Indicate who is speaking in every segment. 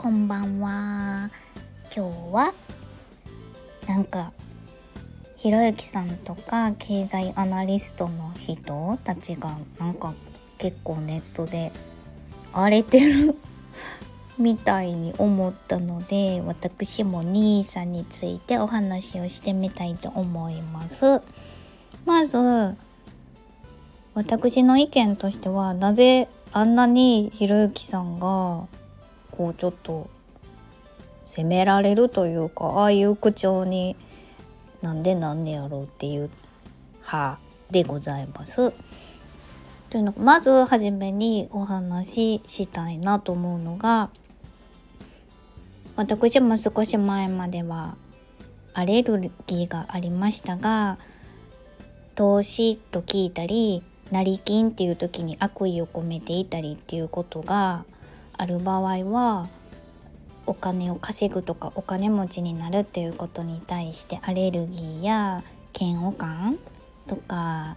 Speaker 1: こんばんは。今日はひろゆきさんとか経済アナリストの人たちが結構ネットで荒れてるみたいに思ったので、私もニーサについてお話をしてみたいと思います。まず私の意見としては、なぜあんなにひろゆきさんがちょっと責められるというか、ああいう口調になんでやろうっていう派でございます。というのまずはじめにお話ししたいなと思うのが、私も少し前まではアレルギーがありましたが、投資と聞いたり成金っていう時に悪意を込めていたりっていうことがある場合は、お金を稼ぐとかお金持ちになるっていうことに対してアレルギーや嫌悪感とか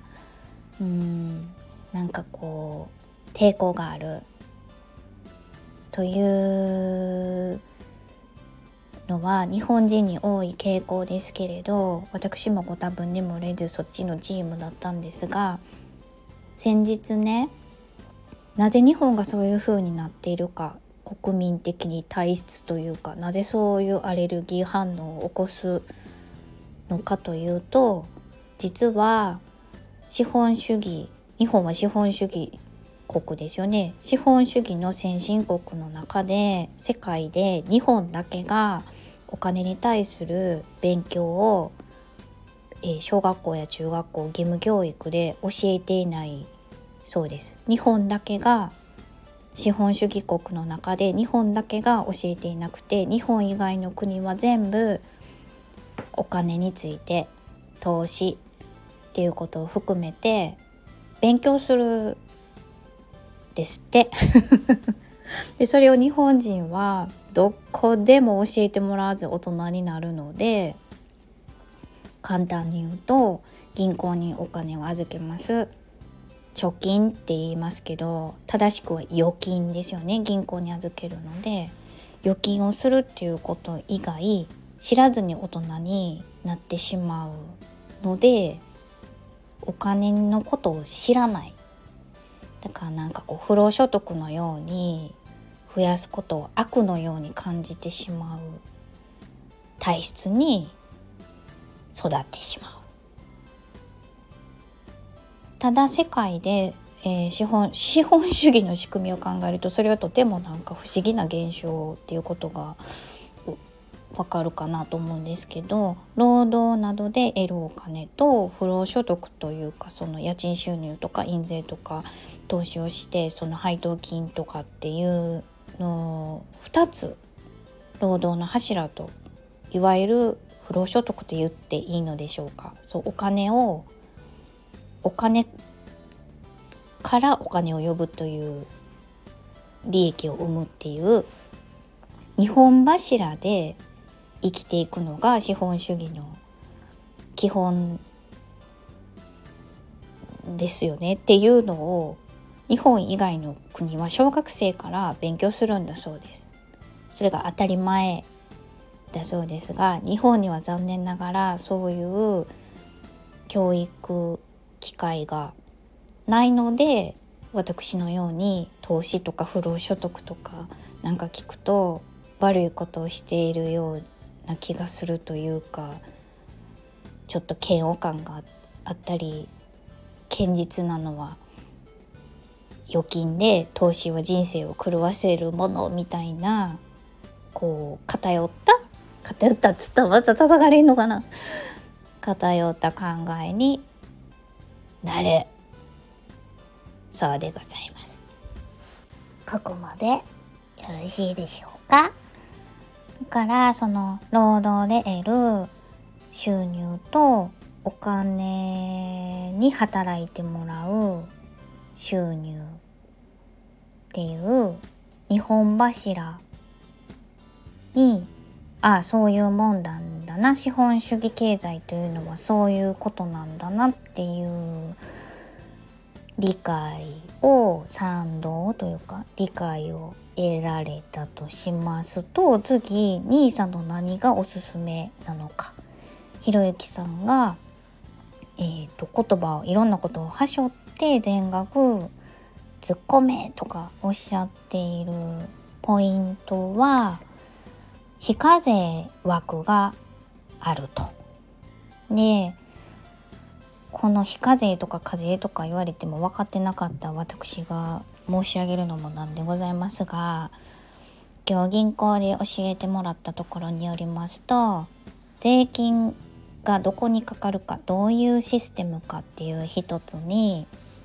Speaker 1: 抵抗があるというのは日本人に多い傾向ですけれど、私もご多分に漏れずそっちのチームだったんですが、先日ね、なぜ日本がそういう風になっているか、国民的に体質というか、なぜそういうアレルギー反応を起こすのかというと、実は資本主義、日本は資本主義国ですよね。資本主義の先進国の中で、世界で日本だけがお金に対する勉強を、小学校や中学校義務教育で教えていないそうです。日本だけが、資本主義国の中で日本だけが教えていなくて、日本以外の国は全部お金について、投資っていうことを含めて勉強するですってでそれを日本人はどこでも教えてもらわず大人になるので、簡単に言うと銀行にお金を預けます。貯金って言いますけど、正しくは預金ですよね。銀行に預けるので、預金をするっていうこと以外知らずに大人になってしまうので、お金のことを知らない。だから不労所得のように増やすことを悪のように感じてしまう体質に育ってしまう。ただ世界で、資本主義の仕組みを考えると、それはとても不思議な現象っていうことがわかるかなと思うんですけど、労働などで得るお金と不労所得というか、その家賃収入とか印税とか投資をしてその配当金とかっていうの2つ、労働の柱といわゆる不労所得と言っていいのでしょうか。お金からお金を呼ぶという利益を生むっていう2本柱で生きていくのが資本主義の基本ですよねっていうのを、日本以外の国は小学生から勉強するんだそうです。それが当たり前だそうですが、日本には残念ながらそういう教育機会がないので、私のように投資とか不労所得とか聞くと悪いことをしているような気がするというか、ちょっと嫌悪感があったり、堅実なのは預金で、投資は人生を狂わせるものみたいな、偏ったっつったらまた叩かれるのかな、偏った考えになるそうでございます。ここまでよろしいでしょうか。だからその労働で得る収入とお金に働いてもらう収入っていう2本柱に、そういうもんなんだな、資本主義経済というのはそういうことなんだなっていう理解を賛同というか理解を得られたとしますと、次NISAの何がおすすめなのか、ひろゆきさんが、言葉をいろんなことをはしょって全額突っ込めとかおっしゃっているポイントは、非課税枠があると。で、この非課税とか課税とか言われても分かってなかった私が申し上げるのもなんでございますが、今日銀行で教えてもらったところによりますと、税金がどこにかかるか、どういうシステムかっていう一つに、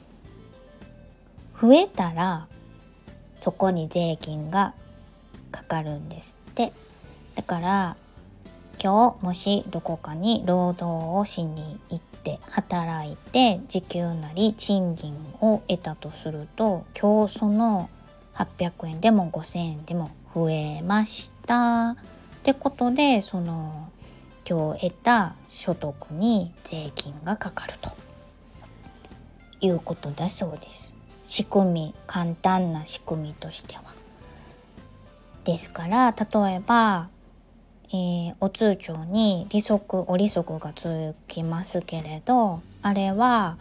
Speaker 1: 増えたらそこに税金がかかるんですって。だから今日もしどこかに労働をしに行って働いて時給なり賃金を得たとすると、今日その800円でも5000円でも増えましたってことで、その今日得た所得に税金がかかるということだそうです。仕組み、簡単な仕組みとしては。ですから例えばお通帳にお利息がつきますけれど、あれは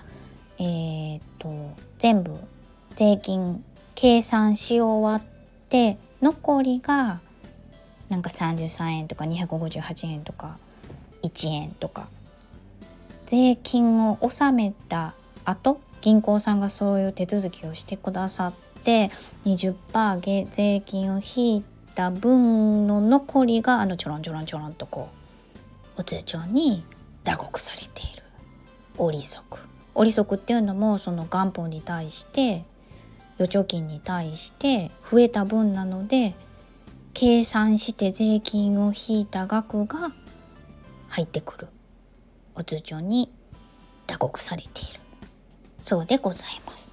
Speaker 1: 全部税金計算し終わって残りがなんか33円とか258円とか1円とか、税金を納めた後、銀行さんがそういう手続きをしてくださって20% 税金を引いた分の残りがちょろんちょろんちょろんとこうお通帳に打刻されているお利息っていうのも、その元本に対して預貯金に対して増えた分なので、計算して税金を引いた額が入ってくるお通帳に打刻されているそうでございます。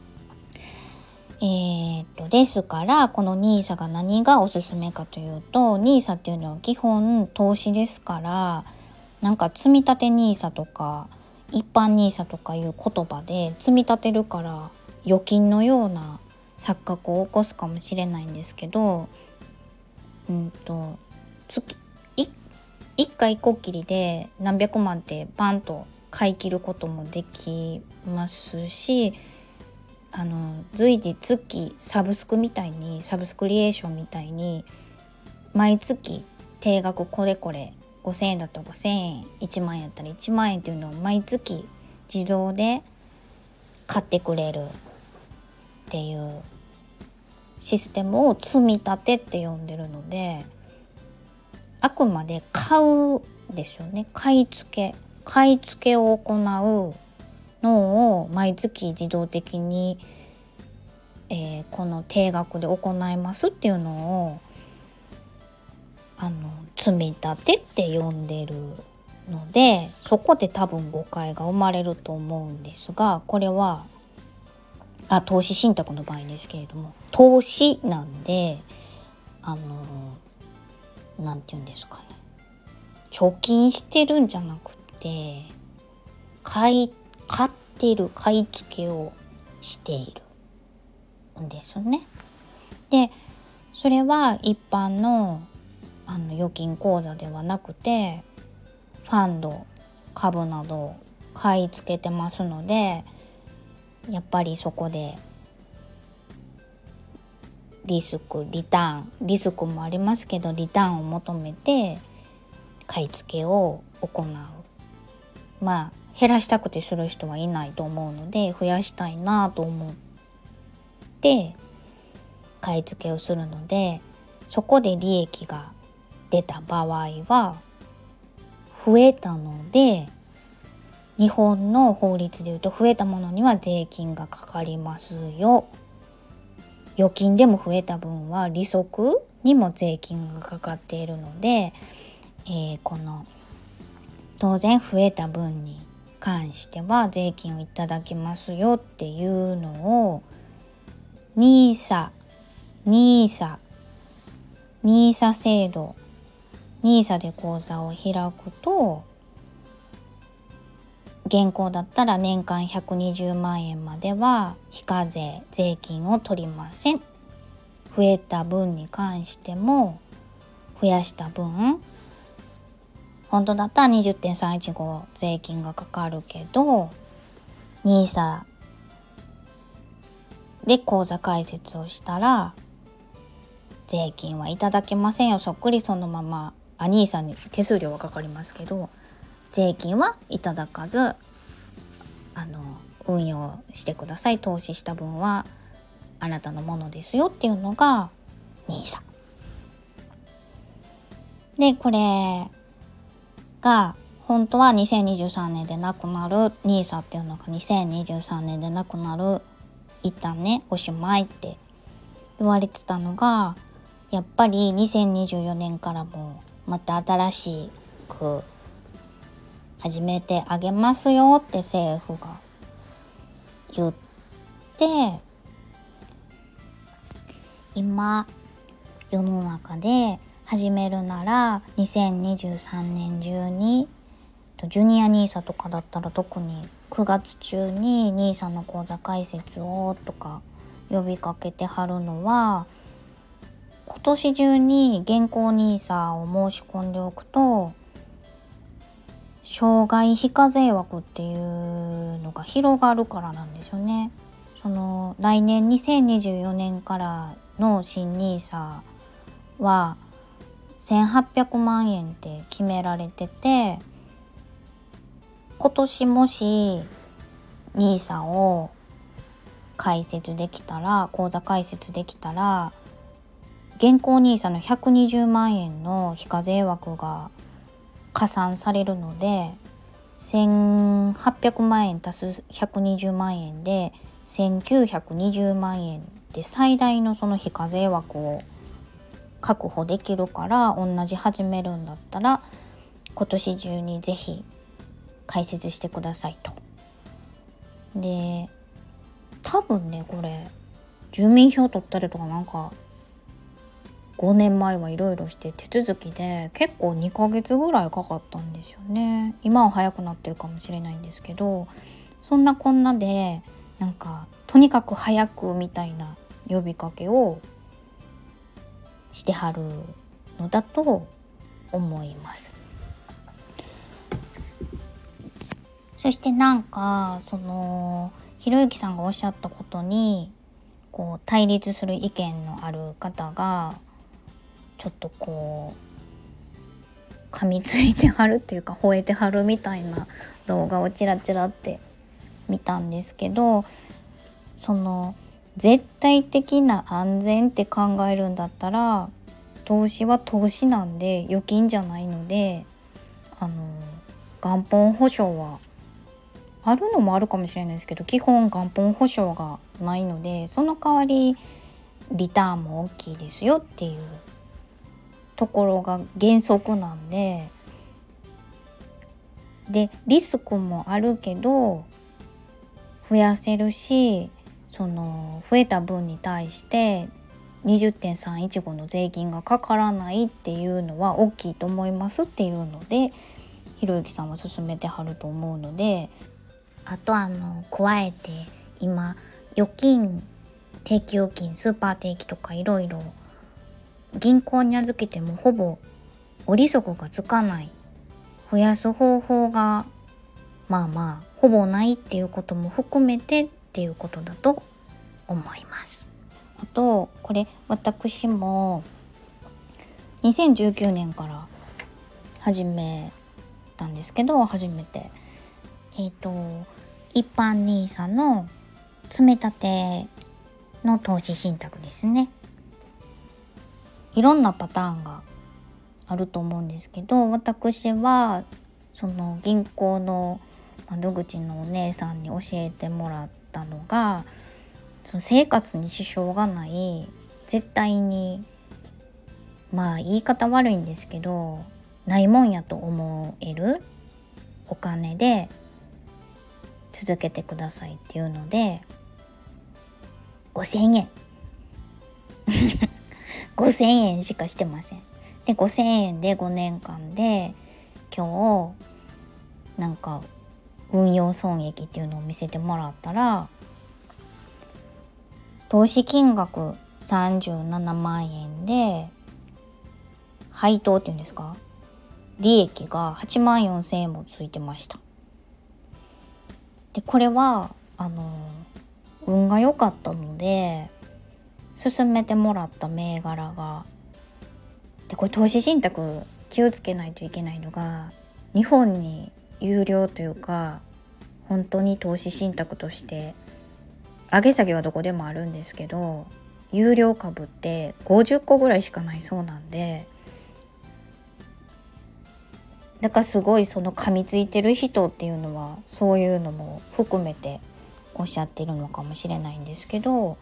Speaker 1: ですからこの NISA が何がおすすめかというと、 NISA っていうのは基本投資ですから、なんか積立 NISA とか一般 NISA とかいう言葉で積み立てるから預金のような錯覚を起こすかもしれないんですけど、一回こっきりで何百万ってパンと買い切ることもできますし、随時月サブスクリエーションみたいに毎月定額これこれ5000円だったら5000円、1万円やったら1万円っていうのを毎月自動で買ってくれるっていうシステムを積み立てって呼んでるので、あくまで買うですよね。買い付けを行うのを毎月自動的に、この定額で行いますっていうのを積み立てって呼んでるので、そこで多分誤解が生まれると思うんですが、これは投資信託の場合ですけれども、投資なんでなんて言うんですかね、貯金してるんじゃなくて買ってる、買い付けをしているんですね。でそれは一般の預金口座ではなくてファンド、株など買い付けてますので、やっぱりそこでリスクもありますけど、リターンを求めて買い付けを行う。減らしたくてする人はいないと思うので、増やしたいなと思って買い付けをするので、そこで利益が出た場合は増えたので、日本の法律でいうと増えたものには税金がかかりますよ。預金でも増えた分は利息にも税金がかかっているので、この当然増えた分に関しては税金をいただきますよっていうのを NISA 制度 NISA で口座を開くと現行だったら年間120万円までは非課税税金を取りません。増えた分に関しても増やした分本当だったら 20.315 税金がかかるけど NISA で口座開設をしたら税金はいただけませんよ。そっくりそのままNISAに手数料はかかりますけど税金はいただかず運用してください。投資した分はあなたのものですよっていうのが NISA で、これが本当は2023年でなくなる NISA っていうのが2023年でなくなる、一旦ねおしまいって言われてたのが、やっぱり2024年からもまた新しく始めてあげますよって政府が言って、今世の中で始めるなら2023年中にジュニア NISA とかだったら特に9月中に NISA の口座開設をとか呼びかけてはるのは、今年中に現行 NISA を申し込んでおくと生涯非課税枠っていうのが広がるからなんですよね。その来年2024年からの新 NISA は1800万円って決められてて、今年もし NISA を開設できたら、口座開設できたら現行 NISA の120万円の非課税枠が加算されるので、1800万円足す120万円で1920万円で最大のその非課税枠を確保できるから、同じ始めるんだったら今年中にぜひ開設してくださいと。で、多分ねこれ住民票取ったりとかなんか5年前はいろいろして手続きで結構2ヶ月ぐらいかかったんですよね。今は早くなってるかもしれないんですけど、そんなこんなでなんかとにかく早くみたいな呼びかけをしてはるのだと思います。そしてなんかそのひろゆきさんがおっしゃったことにこう対立する意見のある方がちょっとこう噛みついてはるっていうか吠えてはるみたいな動画をチラチラって見たんですけど、その絶対的な安全って考えるんだったら投資は投資なんで預金じゃないので、元本保証はあるのもあるかもしれないですけど基本元本保証がないので、その代わりリターンも大きいですよっていうところが原則なんで、リスクもあるけど増やせるし、その増えた分に対して 20.315 の税金がかからないっていうのは大きいと思いますっていうのでひろゆきさんは勧めてはると思うので、あと加えて今預金、定期預金、スーパー定期とかいろいろ銀行に預けてもほぼお利息がつかない、増やす方法がほぼないっていうことも含めてっていうことだと思います。あとこれ私も2019年から始めたんですけど、初めて一般 NISA の積み立ての投資信託ですね。いろんなパターンがあると思うんですけど、私はその銀行の窓口のお姉さんに教えてもらったのが、その生活に支障がない絶対に言い方悪いんですけどないもんやと思えるお金で続けてくださいっていうので5000円5000円しかしてません。で5000円で5年間で今日なんか運用損益っていうのを見せてもらったら、投資金額37万円で配当っていうんですか、利益が8万4千円もついてました。でこれは運が良かったので勧めてもらった銘柄が、でこれ投資信託気をつけないといけないのが、日本に有料というか本当に投資信託として上げ下げはどこでもあるんですけど、有料株って50個ぐらいしかないそうなんで、だからすごいその噛みついてる人っていうのはそういうのも含めておっしゃってるのかもしれないんですけど、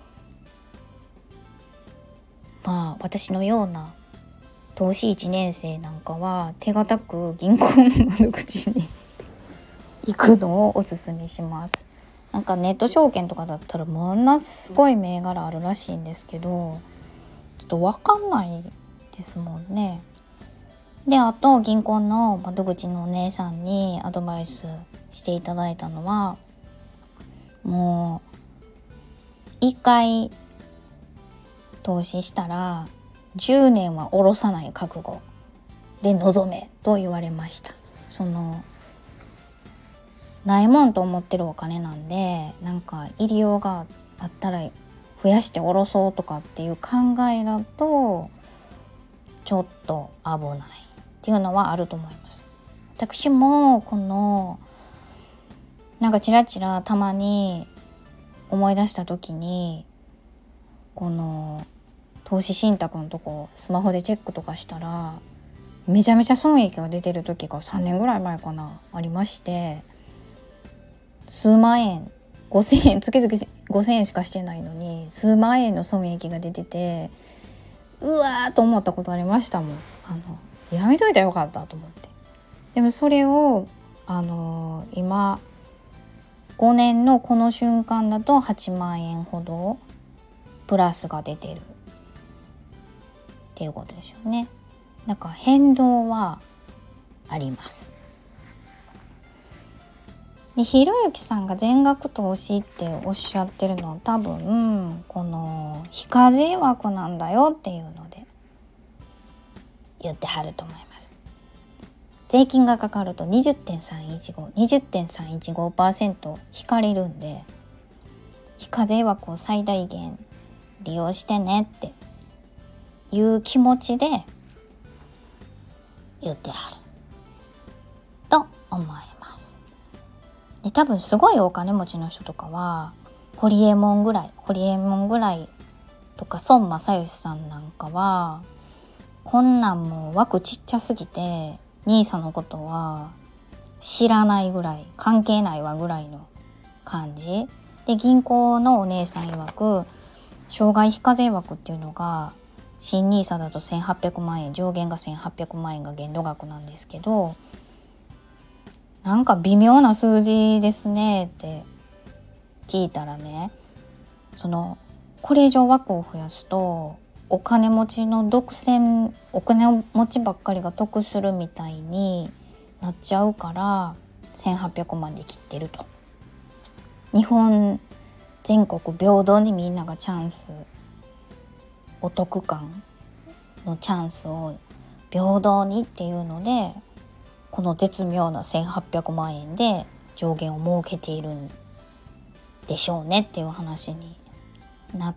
Speaker 1: まあ私のような投資1年生なんかは手堅く銀行の窓口に行くのをおすすめします。なんかネット証券とかだったらものすごい銘柄あるらしいんですけど、ちょっと分かんないですもんね。であと銀行の窓口のお姉さんにアドバイスしていただいたのは、もう一回投資したら10年は下ろさない覚悟で臨めと言われました。そのないもんと思ってるお金なんで、なんか入りようがあったら増やして下ろそうとかっていう考えだとちょっと危ないっていうのはあると思います。私もこのなんかチラチラたまに思い出した時に、この投資信託のとこスマホでチェックとかしたらめちゃめちゃ損益が出てる時が3年ぐらい前かなありまして、数万円5000円月々5000円しかしてないのに数万円の損益が出てて、うわーと思ったことありましたもん。やめといたらよかったと思って。でもそれを今5年のこの瞬間だと8万円ほどプラスが出てるっていうことですよね。だから変動はあります。でひろゆきさんが全額投資っておっしゃってるのは多分この非課税枠なんだよっていうので言ってはると思います。税金がかかると 20.315% 引かれるんで、非課税枠を最大限利用してねっていう気持ちで言ってはると思います。で多分すごいお金持ちの人とかはホリエモンぐらいとか孫正義さんなんかはこんなんもう枠ちっちゃすぎてNISAのことは知らないぐらい、関係ないわぐらいの感じで、銀行のお姉さん曰く障害非課税枠っていうのが新NISAだと1800万円、上限が1800万円が限度額なんですけど、なんか微妙な数字ですねって聞いたらね、これ以上枠を増やすとお金持ちばっかりが得するみたいになっちゃうから1800万で切ってると。日本全国平等にみんながチャンス、お得感のチャンスを平等にっていうので、この絶妙な1800万円で上限を設けているんでしょうねっていう話になって、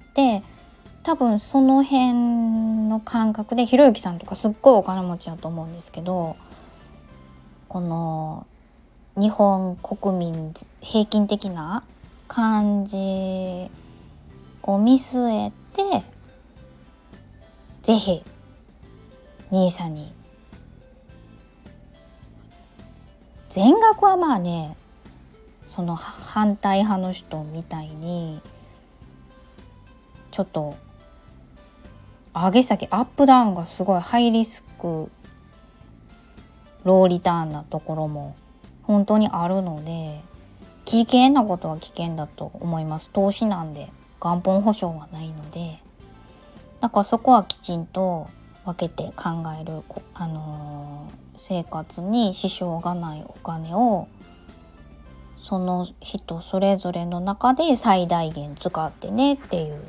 Speaker 1: 多分その辺の感覚でひろゆきさんとかすっごいお金持ちだと思うんですけど、この日本国民平均的な感じを見据えてぜひNISAに全額はまあね、その反対派の人みたいにちょっと上げ下げアップダウンがすごいハイリスクローリターンなところも本当にあるので、危険なことは危険だと思います。投資なんで元本保証はないので、だからそこはきちんと分けて考える、生活に支障がないお金をその人それぞれの中で最大限使ってねっていう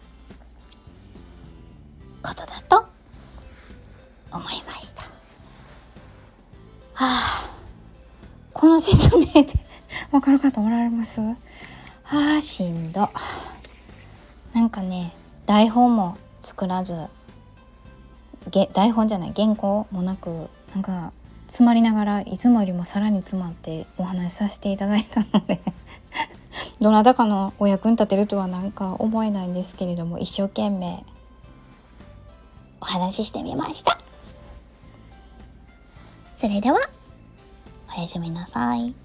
Speaker 1: ことだと思いました。この説明でわかる方おられます？しんど。なんかね、台本も作らず、台本じゃない原稿もなく、なんか詰まりながらいつもよりもさらに詰まってお話しさせていただいたのでどなたかのお役に立てるとはなんか思えないんですけれども、一生懸命お話ししてみました。それではおやすみなさい。